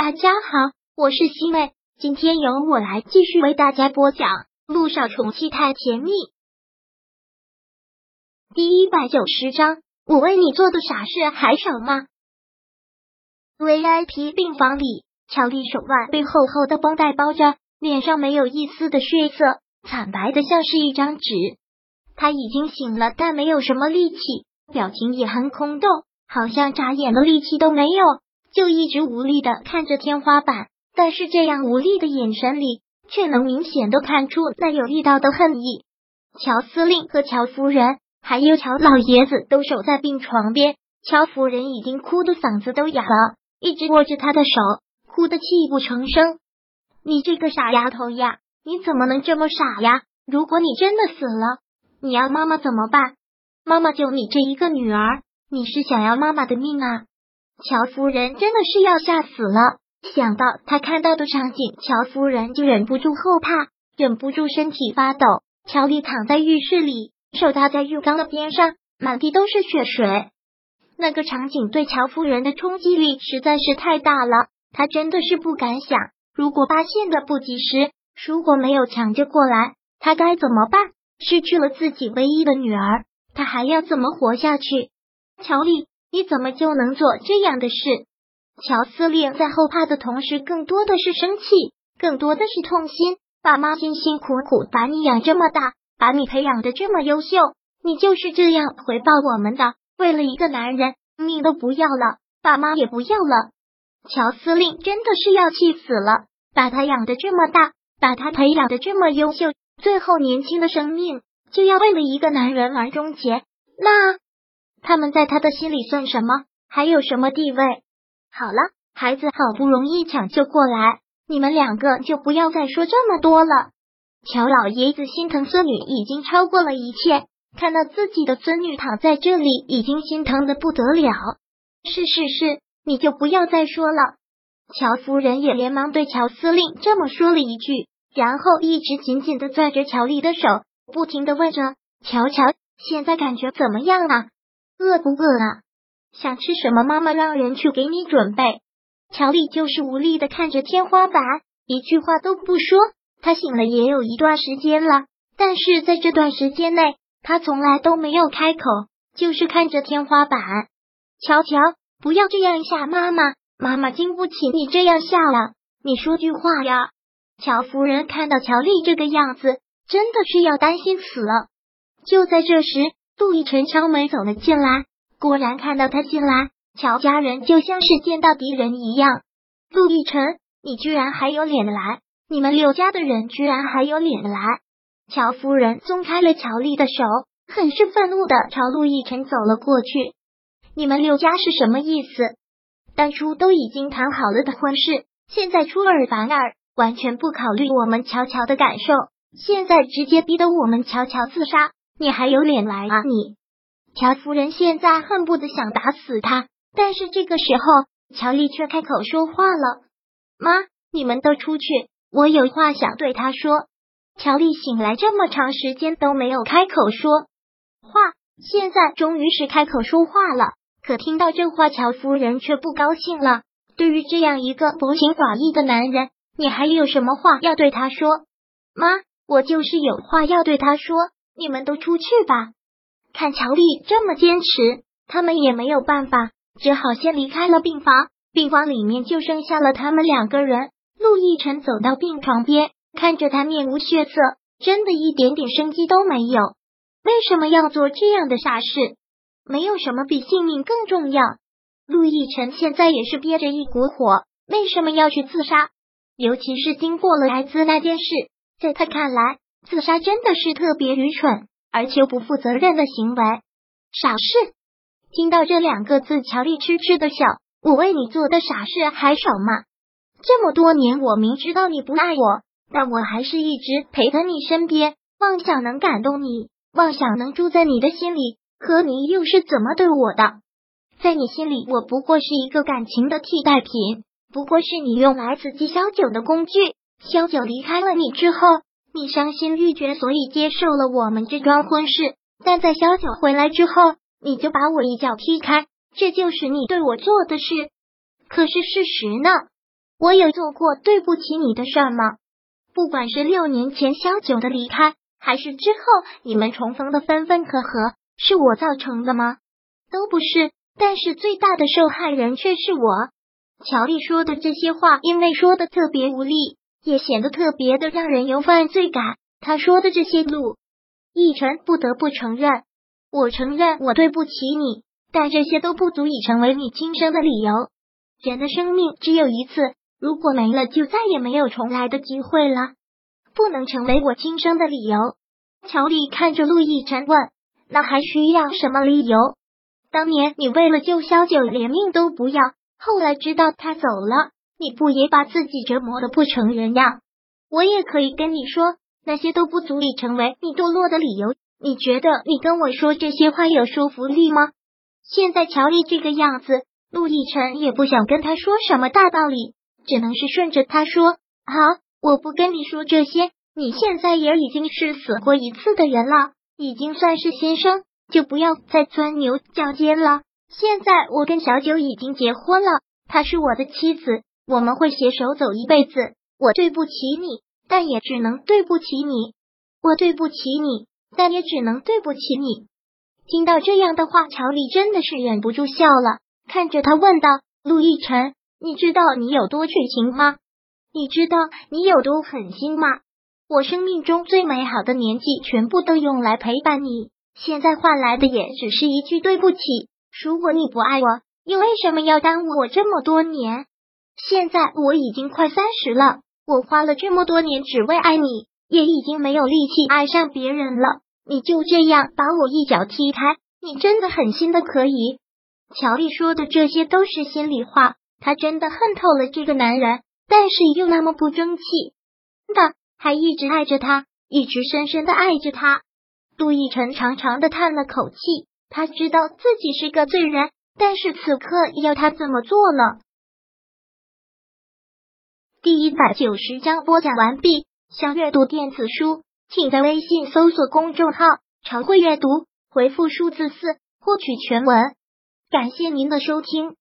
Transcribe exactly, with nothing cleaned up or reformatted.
大家好，我是西妹，今天由我来继续为大家播讲《陆少宠妻太甜蜜》第一百九十章。我为你做的傻事还少吗？ V I P 病房里，乔丽手腕被厚厚的绷带包着，脸上没有一丝的血色，惨白的像是一张纸。她已经醒了，但没有什么力气，表情也很空洞，好像眨眼的力气都没有，就一直无力的看着天花板。但是这样无力的眼神里，却能明显的看出那有力道的恨意。乔司令和乔夫人还有乔老爷子都守在病床边，乔夫人已经哭得嗓子都哑了，一直握着他的手，哭得泣不成声。你这个傻丫头呀，你怎么能这么傻呀？如果你真的死了，你要妈妈怎么办？妈妈就你这一个女儿，你是想要妈妈的命啊？乔夫人真的是要吓死了，想到她看到的场景，乔夫人就忍不住后怕，忍不住身体发抖。乔丽躺在浴室里，手搭在浴缸的边上，满地都是血水。那个场景对乔夫人的冲击力实在是太大了，她真的是不敢想，如果发现的不及时，如果没有抢救过来，她该怎么办？失去了自己唯一的女儿，她还要怎么活下去？乔丽，你怎么就能做这样的事？乔司令在后怕的同时，更多的是生气，更多的是痛心。爸妈辛辛苦苦把你养这么大，把你培养的这么优秀，你就是这样回报我们的？为了一个男人，命都不要了，爸妈也不要了。乔司令真的是要气死了，把他养的这么大，把他培养的这么优秀，最后年轻的生命就要为了一个男人而终结，那他们在他的心里算什么？还有什么地位？好了，孩子好不容易抢救过来，你们两个就不要再说这么多了。乔老爷子心疼孙女已经超过了一切，看到自己的孙女躺在这里，已经心疼的不得了。是是是，你就不要再说了。乔夫人也连忙对乔司令这么说了一句，然后一直紧紧的攥着乔丽的手，不停的问着：乔乔，现在感觉怎么样啊？饿不饿啊？想吃什么，妈妈让人去给你准备。乔丽就是无力的看着天花板，一句话都不说。她醒了也有一段时间了，但是在这段时间内，她从来都没有开口，就是看着天花板。乔乔，不要这样吓妈妈，妈妈经不起你这样吓了，你说句话呀。乔夫人看到乔丽这个样子，真的是要担心死了。就在这时，陆亦辰敲门走了进来，果然看到他进来，乔家人就像是见到敌人一样。陆亦辰，你居然还有脸来，你们柳家的人居然还有脸来。乔夫人松开了乔丽的手，很是愤怒的朝陆亦辰走了过去。你们柳家是什么意思？当初都已经谈好了的婚事，现在出尔反尔，完全不考虑我们乔乔的感受，现在直接逼得我们乔乔自杀，你还有脸来啊你？乔夫人现在恨不得想打死他，但是这个时候乔丽却开口说话了。妈，你们都出去，我有话想对他说。乔丽醒来这么长时间都没有开口说话，现在终于是开口说话了。可听到这话，乔夫人却不高兴了。对于这样一个薄情寡义的男人，你还有什么话要对他说？妈，我就是有话要对他说，你们都出去吧。看乔丽这么坚持，他们也没有办法，只好先离开了病房。病房里面就剩下了他们两个人。陆亦辰走到病床边，看着他面无血色，真的一点点生机都没有。为什么要做这样的傻事？没有什么比性命更重要。陆亦辰现在也是憋着一股火，为什么要去自杀？尤其是经过了艾滋那件事，在他看来，自杀真的是特别愚蠢而且不负责任的行为。傻事！听到这两个字，乔丽痴痴的笑。我为你做的傻事还少吗？这么多年，我明知道你不爱我，但我还是一直陪在你身边，妄想能感动你，妄想能住在你的心里，可你又是怎么对我的？在你心里，我不过是一个感情的替代品，不过是你用来刺激萧九的工具。萧九离开了你之后，你伤心欲绝，所以接受了我们这桩婚事，但在萧九回来之后，你就把我一脚踢开，这就是你对我做的事。可是事实呢？ 我有做过对不起你的事儿吗？不管是六年前萧九的离开，还是之后你们重逢的分分合合，是我造成的吗？都不是，但是最大的受害人却是我。乔丽说的这些话，因为说的特别无力，也显得特别的让人有犯罪感。他说的这些，陆亦辰不得不承认。我承认我对不起你，但这些都不足以成为你今生的理由。人的生命只有一次，如果没了，就再也没有重来的机会了，不能成为我今生的理由。乔丽看着陆亦辰问，那还需要什么理由？当年你为了救萧九连命都不要，后来知道他走了，你不也把自己折磨得不成人样？我也可以跟你说，那些都不足以成为你堕落的理由。你觉得你跟我说这些话有说服力吗？现在乔丽这个样子，陆亦辰也不想跟他说什么大道理，只能是顺着他说，好，我不跟你说这些，你现在也已经是死过一次的人了，已经算是先生，就不要再钻牛角尖了。现在我跟小九已经结婚了，她是我的妻子，我们会携手走一辈子。我对不起你，但也只能对不起你。我对不起你，但也只能对不起你。听到这样的话，乔丽真的是忍不住笑了，看着他问道，陆亦辰，你知道你有多绝情吗？你知道你有多狠心吗？我生命中最美好的年纪全部都用来陪伴你，现在换来的也只是一句对不起。如果你不爱我，又为什么要耽误我这么多年？现在我已经快三十了，我花了这么多年只为爱你，也已经没有力气爱上别人了。你就这样把我一脚踢开，你真的狠心的可以。乔丽说的这些都是心里话，她真的恨透了这个男人，但是又那么不争气的，还一直爱着他，一直深深的爱着他。陆亦辰长长的叹了口气，他知道自己是个罪人，但是此刻要他怎么做呢？第一百九十章播讲完毕。想阅读电子书，请在微信搜索公众号常会阅读，回复数字四获取全文。感谢您的收听。